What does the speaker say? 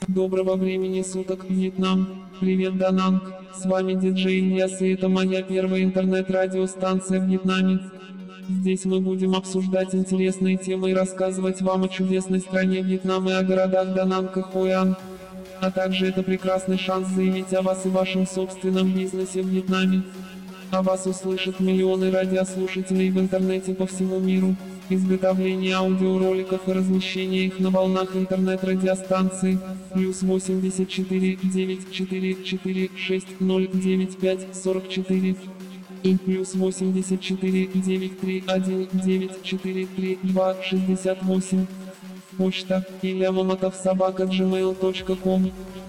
Доброго времени суток, Вьетнам. Привет, Дананг. С вами диджей Ильяс, и это моя первая интернет-радиостанция в Вьетнаме. Здесь мы будем обсуждать интересные темы и рассказывать вам о чудесной стране Вьетнам и о городах Дананг и Хойан. А также это прекрасный шанс заявить о вас и вашем собственном бизнесе в Вьетнаме. О вас услышат миллионы радиослушателей в интернете по всему миру. Изготовление аудиороликов и размещение их на волнах интернет-радиостанции плюс 84 944 6095 44 и плюс 84 931 943 268. Почта iliamamotov@gmail.com.